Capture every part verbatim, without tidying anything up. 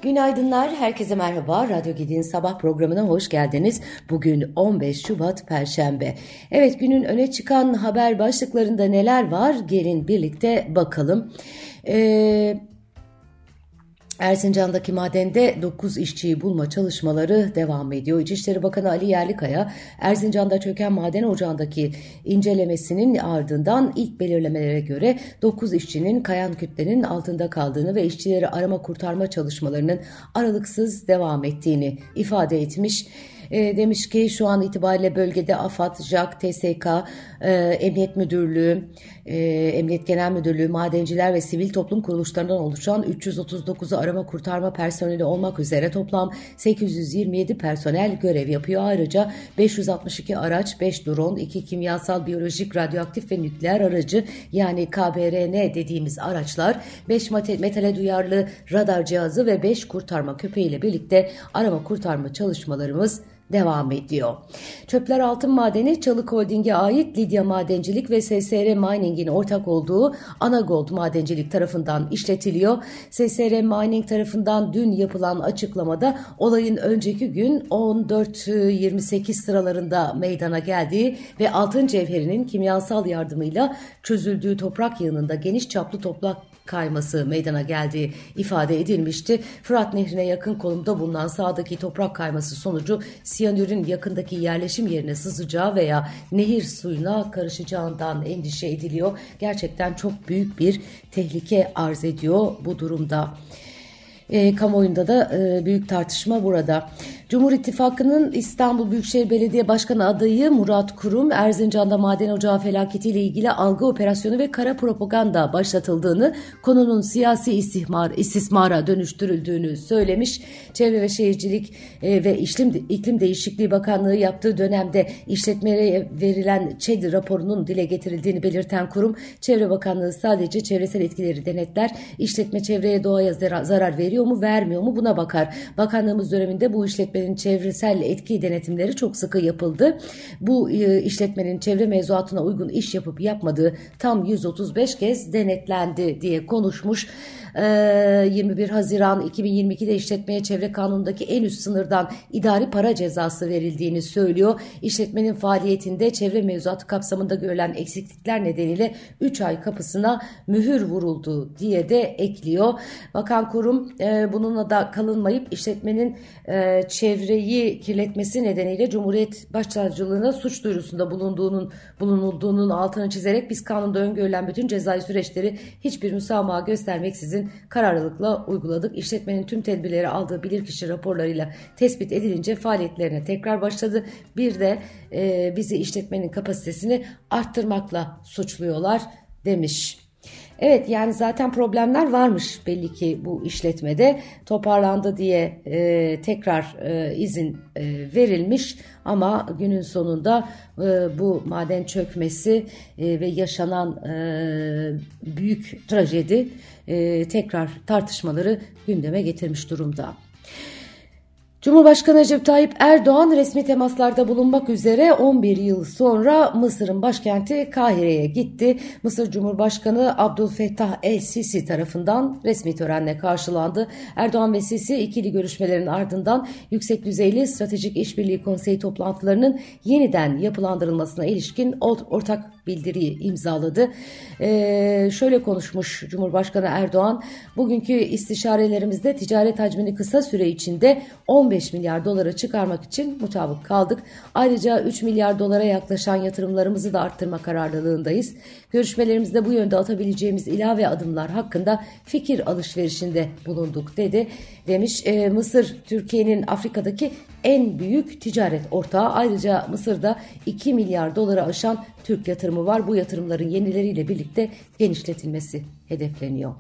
Günaydınlar, herkese merhaba. Radyo Gedi'nin sabah programına hoş geldiniz. Bugün on beş Şubat Perşembe. Evet, günün öne çıkan haber başlıklarında neler var? Gelin birlikte bakalım. Eee... Erzincan'daki madende dokuz işçiyi bulma çalışmaları devam ediyor. İçişleri Bakanı Ali Yerlikaya, Erzincan'da çöken maden ocağındaki incelemesinin ardından ilk belirlemelere göre dokuz işçinin kayan kütlenin altında kaldığını ve işçileri arama kurtarma çalışmalarının aralıksız devam ettiğini ifade etmiş. E, demiş ki şu an itibariyle bölgede AFAD, JAK, T S K, e, Emniyet Müdürlüğü, e, Emniyet Genel Müdürlüğü, madenciler ve sivil toplum kuruluşlarından oluşan üç yüz otuz dokuzu arama kurtarma personeli olmak üzere toplam sekiz yüz yirmi yedi personel görev yapıyor. Ayrıca beş yüz altmış iki araç, beş drone, iki kimyasal, biyolojik, radyoaktif ve nükleer aracı yani K B R N dediğimiz araçlar, beş metale duyarlı radar cihazı ve beş kurtarma köpeğiyle birlikte arama kurtarma çalışmalarımız devam ediyor. Çöpler Altın Madeni, Çalık Holding'e ait Lidya Madencilik ve S S R Mining'in ortak olduğu Anagold Madencilik tarafından işletiliyor. S S R Mining tarafından dün yapılan açıklamada olayın önceki gün on dört yirmi sekiz sıralarında meydana geldiği ve altın cevherinin kimyasal yardımıyla çözüldüğü toprak yığınında geniş çaplı toprak kayması meydana geldiği ifade edilmişti. Fırat Nehri'ne yakın konumda bulunan sahadaki toprak kayması sonucu siyanürün yakındaki yerleşim yerine sızacağı veya nehir suyuna karışacağından endişe ediliyor. Gerçekten çok büyük bir tehlike arz ediyor bu durumda. E, kamuoyunda da e, büyük tartışma burada. Cumhur İttifakı'nın İstanbul Büyükşehir Belediye Başkanı adayı Murat Kurum, Erzincan'da maden ocağı felaketiyle ilgili algı operasyonu ve kara propaganda başlatıldığını, konunun siyasi istismar, istismara dönüştürüldüğünü söylemiş. Çevre ve Şehircilik e, ve İklim, İklim Değişikliği Bakanlığı yaptığı dönemde işletmelere verilen ÇED raporunun dile getirildiğini belirten kurum, Çevre Bakanlığı sadece çevresel etkileri denetler, işletme çevreye doğaya zarar veriyor mu vermiyor mu buna bakar. Bakanlığımız döneminde bu işletmenin çevresel etki denetimleri çok sıkı yapıldı. Bu e, işletmenin çevre mevzuatına uygun iş yapıp yapmadığı tam yüz otuz beş kez denetlendi diye konuşmuş. yirmi bir Haziran iki bin yirmi ikide işletmeye çevre kanunundaki en üst sınırdan idari para cezası verildiğini söylüyor. İşletmenin faaliyetinde çevre mevzuatı kapsamında görülen eksiklikler nedeniyle üç ay kapısına mühür vuruldu diye de ekliyor. Bakan kurum e, bununla da kalınmayıp işletmenin e, çevreyi kirletmesi nedeniyle Cumhuriyet Başsavcılığına suç duyurusunda bulunduğunun bulunulduğunun altını çizerek biz kanunda öngörülen bütün cezai süreçleri hiçbir müsamaha göstermeksizin kararlılıkla uyguladık. İşletmenin tüm tedbirleri aldığı bilirkişi raporlarıyla tespit edilince faaliyetlerine tekrar başladı. Bir de e, bizi işletmenin kapasitesini arttırmakla suçluyorlar demiş. Evet, yani zaten problemler varmış belli ki bu işletmede, toparlandı diye e, tekrar e, izin e, verilmiş ama günün sonunda e, bu maden çökmesi e, ve yaşanan e, büyük trajedi e, tekrar tartışmaları gündeme getirmiş durumda. Cumhurbaşkanı Recep Tayyip Erdoğan resmi temaslarda bulunmak üzere on bir yıl sonra Mısır'ın başkenti Kahire'ye gitti. Mısır Cumhurbaşkanı Abdülfettah el-Sisi tarafından resmi törenle karşılandı. Erdoğan ve Sisi ikili görüşmelerin ardından yüksek düzeyli stratejik işbirliği konseyi toplantılarının yeniden yapılandırılmasına ilişkin ortak bildiriyi imzaladı. Ee, şöyle konuşmuş Cumhurbaşkanı Erdoğan, bugünkü istişarelerimizde ticaret hacmini kısa süre içinde on beş milyar dolara çıkarmak için mutabık kaldık. Ayrıca üç milyar dolara yaklaşan yatırımlarımızı da arttırma kararlılığındayız. Görüşmelerimizde bu yönde atabileceğimiz ilave adımlar hakkında fikir alışverişinde bulunduk dedi. Demiş e, Mısır Türkiye'nin Afrika'daki en büyük ticaret ortağı. Ayrıca Mısır'da iki milyar dolara aşan Türk yatırımı var. Bu yatırımların yenileriyle birlikte genişletilmesi hedefleniyor.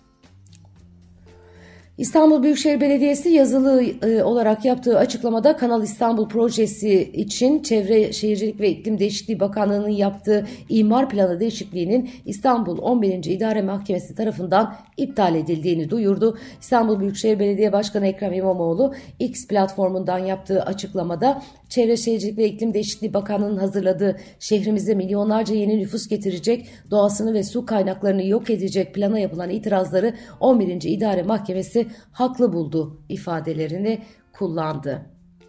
İstanbul Büyükşehir Belediyesi yazılı e, olarak yaptığı açıklamada Kanal İstanbul projesi için Çevre Şehircilik ve İklim Değişikliği Bakanlığı'nın yaptığı imar planı değişikliğinin İstanbul on birinci İdare Mahkemesi tarafından iptal edildiğini duyurdu. İstanbul Büyükşehir Belediye Başkanı Ekrem İmamoğlu X platformundan yaptığı açıklamada Çevre Şehircilik ve İklim Değişikliği Bakanlığı'nın hazırladığı şehrimize milyonlarca yeni nüfus getirecek, doğasını ve su kaynaklarını yok edecek plana yapılan itirazları on birinci İdare Mahkemesi haklı buldu ifadelerini kullandı.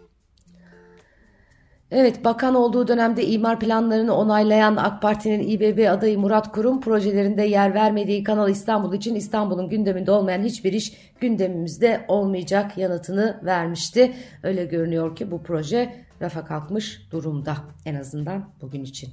Evet, bakan olduğu dönemde imar planlarını onaylayan AK Parti'nin İBB adayı Murat Kurum, projelerinde yer vermediği Kanal İstanbul için İstanbul'un gündeminde olmayan hiçbir iş gündemimizde olmayacak yanıtını vermişti. Öyle görünüyor ki bu proje rafa kalkmış durumda, en azından bugün için.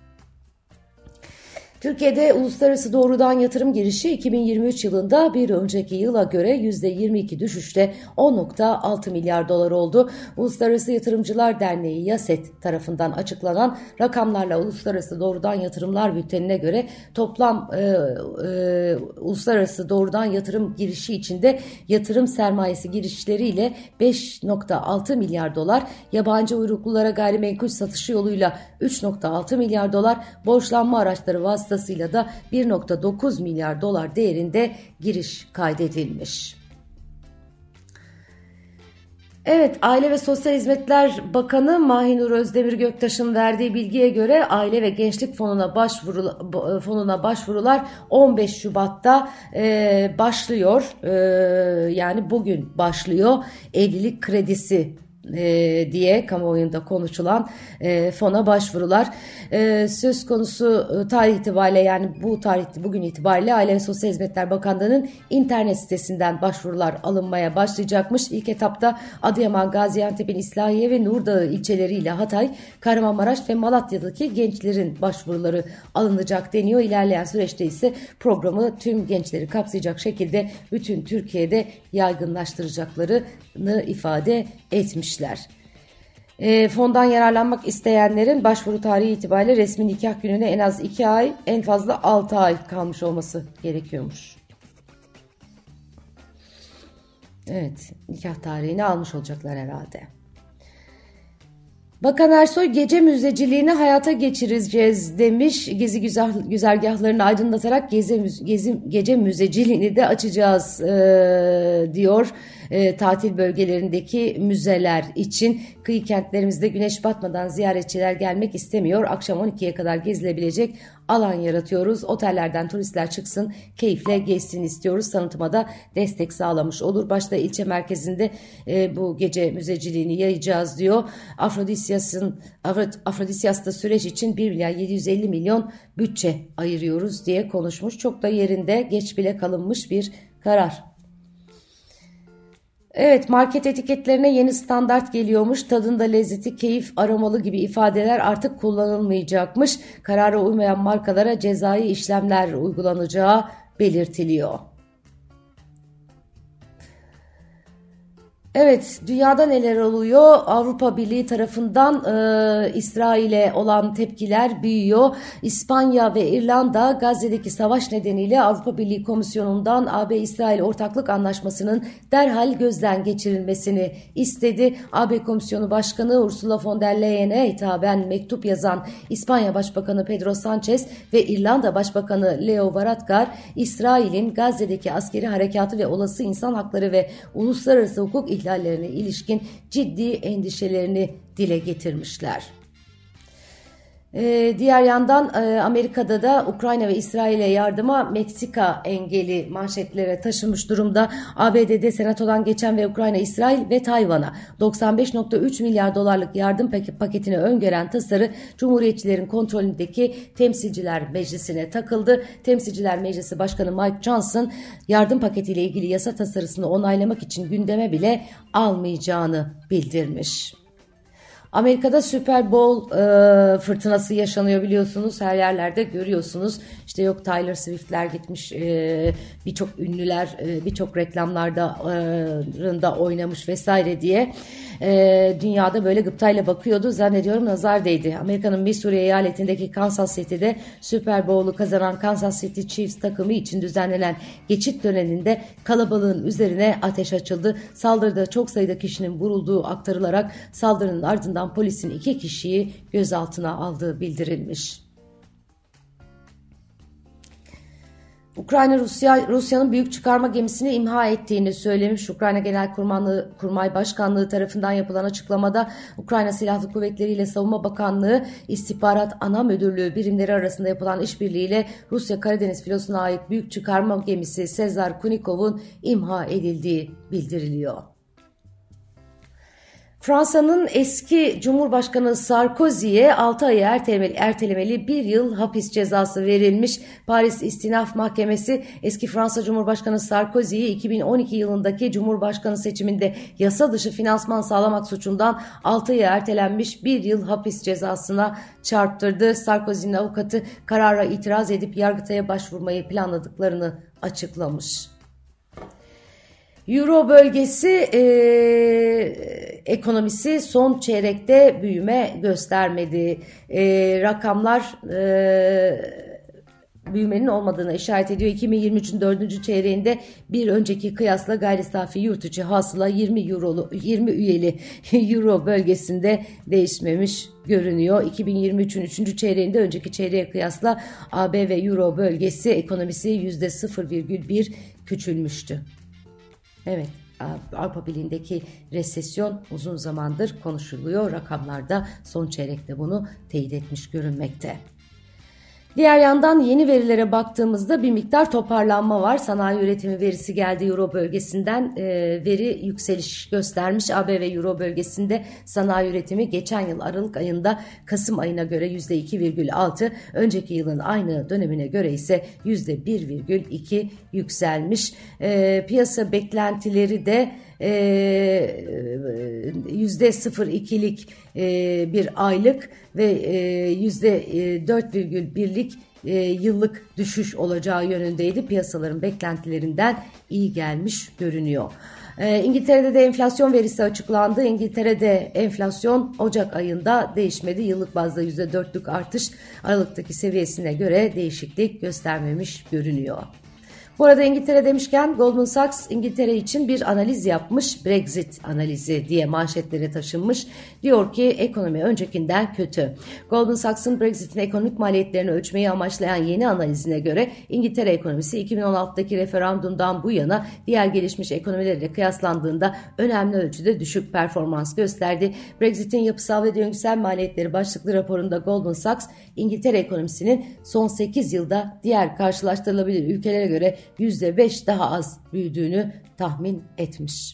Türkiye'de uluslararası doğrudan yatırım girişi iki bin yirmi üç yılında bir önceki yıla göre yüzde yirmi iki düşüşle on nokta altı milyar dolar oldu. Uluslararası Yatırımcılar Derneği YASET tarafından açıklanan rakamlarla Uluslararası Doğrudan Yatırımlar Bülteni'ne göre toplam e, e, uluslararası doğrudan yatırım girişi içinde yatırım sermayesi girişleriyle beş nokta altı milyar dolar, yabancı uyruklulara gayrimenkul satışı yoluyla üç nokta altı milyar dolar, borçlanma araçları vasıtasıyla vasıtasıyla da bir nokta dokuz milyar dolar değerinde giriş kaydedilmiş. Evet, Aile ve Sosyal Hizmetler Bakanı Mahinur Özdemir Göktaş'ın verdiği bilgiye göre Aile ve Gençlik Fonu'na başvuru, fonuna başvurular on beş Şubat'ta e, başlıyor. E, yani bugün başlıyor. Evlilik kredisi E, diye kamuoyunda konuşulan e, fona başvurular e, söz konusu e, tarih itibariyle, yani bu tarihte bugün itibariyle Aile ve Sosyal Hizmetler Bakanlığı'nın internet sitesinden başvurular alınmaya başlayacakmış. İlk etapta Adıyaman, Gaziantep'in İslahiye ve Nurdağı ilçeleriyle Hatay, Kahramanmaraş ve Malatya'daki gençlerin başvuruları alınacak deniyor. İlerleyen süreçte ise programı tüm gençleri kapsayacak şekilde bütün Türkiye'de yaygınlaştıracaklarını ifade etmişler. E, fondan yararlanmak isteyenlerin başvuru tarihi itibariyle resmi nikah gününe en az iki ay, en fazla altı ay kalmış olması gerekiyormuş. Evet, nikah tarihini almış olacaklar herhalde. Bakan Ersoy gece müzeciliğini hayata geçireceğiz demiş. Gezi güzel, güzergahlarını aydınlatarak gezi, gezi, gece müzeciliğini de açacağız e, diyor. E, tatil bölgelerindeki müzeler için kıyı kentlerimizde güneş batmadan ziyaretçiler gelmek istemiyor. Akşam on ikiye kadar gezilebilecek alan yaratıyoruz. Otellerden turistler çıksın, keyifle gezsin istiyoruz. Tanıtıma da destek sağlamış olur. Başta ilçe merkezinde e, bu gece müzeciliğini yayacağız diyor. Afrodisyas'ın Afrodisyas'ta süreç için bir milyar yedi yüz elli milyon bütçe ayırıyoruz diye konuşmuş. Çok da yerinde, geç bile kalınmış bir karar. Evet, market etiketlerine yeni standart geliyormuş. Tadında lezzeti, keyif, aromalı gibi ifadeler artık kullanılmayacakmış. Karara uymayan markalara cezai işlemler uygulanacağı belirtiliyor. Evet, dünyada neler oluyor? Avrupa Birliği tarafından e, İsrail'e olan tepkiler büyüyor. İspanya ve İrlanda Gazze'deki savaş nedeniyle Avrupa Birliği Komisyonu'ndan A B-İsrail Ortaklık Anlaşması'nın derhal gözden geçirilmesini istedi. A B Komisyonu Başkanı Ursula von der Leyen'e hitaben mektup yazan İspanya Başbakanı Pedro Sanchez ve İrlanda Başbakanı Leo Varadkar, İsrail'in Gazze'deki askeri harekatı ve olası insan hakları ve uluslararası hukuk ihlallerine ilişkin ciddi endişelerini dile getirmişler. Ee, diğer yandan e, Amerika'da da Ukrayna ve İsrail'e yardıma Meksika engeli manşetlere taşınmış durumda. A B D'de Senato'dan geçen ve Ukrayna, İsrail ve Tayvan'a doksan beş nokta üç milyar dolarlık yardım paketini öngören tasarı Cumhuriyetçilerin kontrolündeki Temsilciler Meclisi'ne takıldı. Temsilciler Meclisi Başkanı Mike Johnson yardım paketiyle ilgili yasa tasarısını onaylamak için gündeme bile almayacağını bildirmiş. Amerika'da Super Bowl e, fırtınası yaşanıyor, biliyorsunuz. Her yerlerde görüyorsunuz. İşte yok Taylor Swift'ler gitmiş, e, birçok ünlüler e, birçok reklamlarda e, da oynamış vesaire diye. E, dünyada böyle gıptayla bakıyordu. Zannediyorum nazar değdi. Amerika'nın Missouri eyaletindeki Kansas City'de Super Bowl'u kazanan Kansas City Chiefs takımı için düzenlenen geçit töreninde kalabalığın üzerine ateş açıldı. Saldırıda çok sayıda kişinin vurulduğu aktarılarak saldırının ardından polisin iki kişiyi gözaltına aldığı bildirilmiş. Ukrayna Rusya Rusya'nın büyük çıkarma gemisini imha ettiğini söylemiş. Ukrayna Genelkurmay Başkanlığı tarafından yapılan açıklamada Ukrayna Silahlı Kuvvetleri ile Savunma Bakanlığı İstihbarat Ana Müdürlüğü birimleri arasında yapılan işbirliğiyle Rusya Karadeniz filosuna ait büyük çıkarma gemisi Sezar Kunikov'un imha edildiği bildiriliyor. Fransa'nın eski Cumhurbaşkanı Sarkozy'ye altı ay ertelemeli, ertelemeli bir yıl hapis cezası verilmiş. Paris İstinaf Mahkemesi eski Fransa Cumhurbaşkanı Sarkozy'yi iki bin on iki yılındaki Cumhurbaşkanı seçiminde yasa dışı finansman sağlamak suçundan altı ay ertelenmiş bir yıl hapis cezasına çarptırdı. Sarkozy'nin avukatı karara itiraz edip Yargıtay'a başvurmayı planladıklarını açıklamış. Euro bölgesi e, ekonomisi son çeyrekte büyüme göstermedi. E, rakamlar e, büyümenin olmadığına işaret ediyor. iki bin yirmi üçün dördüncü çeyreğinde bir önceki kıyasla gayri safi yurt içi hasıla yirmi eurolu yirmi üyeli Euro bölgesinde değişmemiş görünüyor. iki bin yirmi üçün üçüncü çeyreğinde önceki çeyreğe kıyasla A B ve Euro bölgesi ekonomisi yüzde sıfır virgül bir küçülmüştü. Evet, Avrupa Birliği'ndeki resesyon uzun zamandır konuşuluyor. Rakamlarda son çeyrekte bunu teyit etmiş görünmekte. Diğer yandan yeni verilere baktığımızda bir miktar toparlanma var. Sanayi üretimi verisi geldi Euro bölgesinden. E, veri yükseliş göstermiş. A B ve Euro bölgesinde sanayi üretimi geçen yıl Aralık ayında Kasım ayına göre yüzde iki virgül altı, önceki yılın aynı dönemine göre ise yüzde bir virgül iki yükselmiş. E, piyasa beklentileri de yüzde sıfır virgül ikilik bir aylık ve yüzde dört virgül birlik yıllık düşüş olacağı yönündeydi. Piyasaların beklentilerinden iyi gelmiş görünüyor. İngiltere'de de enflasyon verisi açıklandı. İngiltere'de enflasyon Ocak ayında değişmedi. Yıllık bazda yüzde dörtlük artış Aralık'taki seviyesine göre değişiklik göstermemiş görünüyor. Bu arada İngiltere demişken Goldman Sachs İngiltere için bir analiz yapmış. Brexit analizi diye manşetlere taşınmış. Diyor ki ekonomi öncekinden kötü. Goldman Sachs'ın Brexit'in ekonomik maliyetlerini ölçmeyi amaçlayan yeni analizine göre İngiltere ekonomisi iki bin on altıdaki referandumdan bu yana diğer gelişmiş ekonomilerle kıyaslandığında önemli ölçüde düşük performans gösterdi. Brexit'in yapısal ve döngüsel maliyetleri başlıklı raporunda Goldman Sachs İngiltere ekonomisinin son sekiz yılda diğer karşılaştırılabilir ülkelere göre yüzde beş daha az büyüdüğünü tahmin etmiş.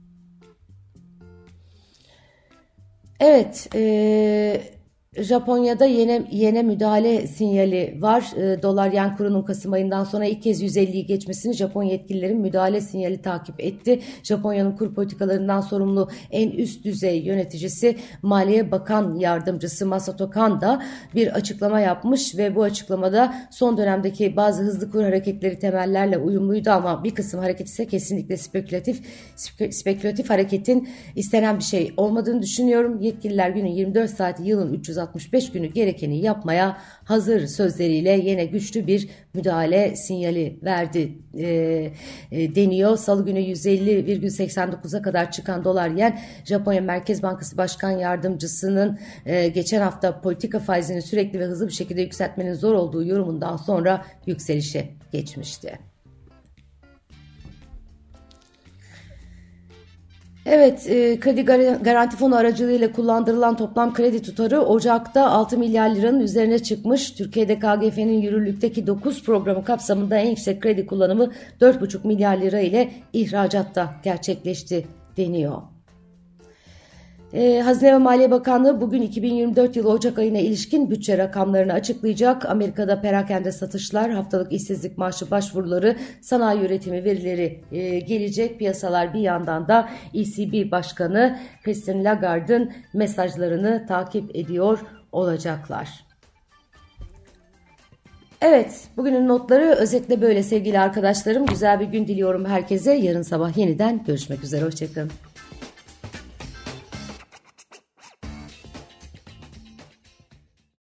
Evet, e, Japonya'da yene, yene müdahale sinyali var. E, dolar yen kurunun Kasım ayından sonra ilk kez yüz elliyi geçmesini Japon yetkililerin müdahale sinyali takip etti. Japonya'nın kur politikalarından sorumlu en üst düzey yöneticisi Maliye Bakan Yardımcısı Masato Kan da bir açıklama yapmış ve bu açıklamada son dönemdeki bazı hızlı kur hareketleri temellerle uyumluydu ama bir kısım hareket ise kesinlikle spekülatif spekülatif hareketin istenen bir şey olmadığını düşünüyorum. Yetkililer günün yirmi dört saati yılın üç yüz altmış beş günü gerekeni yapmaya hazır sözleriyle yine güçlü bir müdahale sinyali verdi e, e, deniyor. Salı günü yüz elli virgül seksen dokuza kadar çıkan dolar yen Japonya Merkez Bankası Başkan Yardımcısının e, geçen hafta politika faizini sürekli ve hızlı bir şekilde yükseltmenin zor olduğu yorumundan sonra yükselişe geçmişti. Evet, e, kredi garanti fonu aracılığıyla kullandırılan toplam kredi tutarı Ocak'ta altı milyar liranın üzerine çıkmış. Türkiye'de K G F'nin yürürlükteki dokuz programı kapsamında en yüksek kredi kullanımı dört buçuk milyar lira ile ihracatta gerçekleşti deniyor. Ee, Hazine ve Maliye Bakanlığı bugün iki bin yirmi dört yılı Ocak ayına ilişkin bütçe rakamlarını açıklayacak. Amerika'da perakende satışlar, haftalık işsizlik maaşı başvuruları, sanayi üretimi verileri e, gelecek. Piyasalar bir yandan da E C B Başkanı Christine Lagarde'ın mesajlarını takip ediyor olacaklar. Evet, bugünün notları özetle böyle sevgili arkadaşlarım. Güzel bir gün diliyorum herkese. Yarın sabah yeniden görüşmek üzere. Hoşçakalın.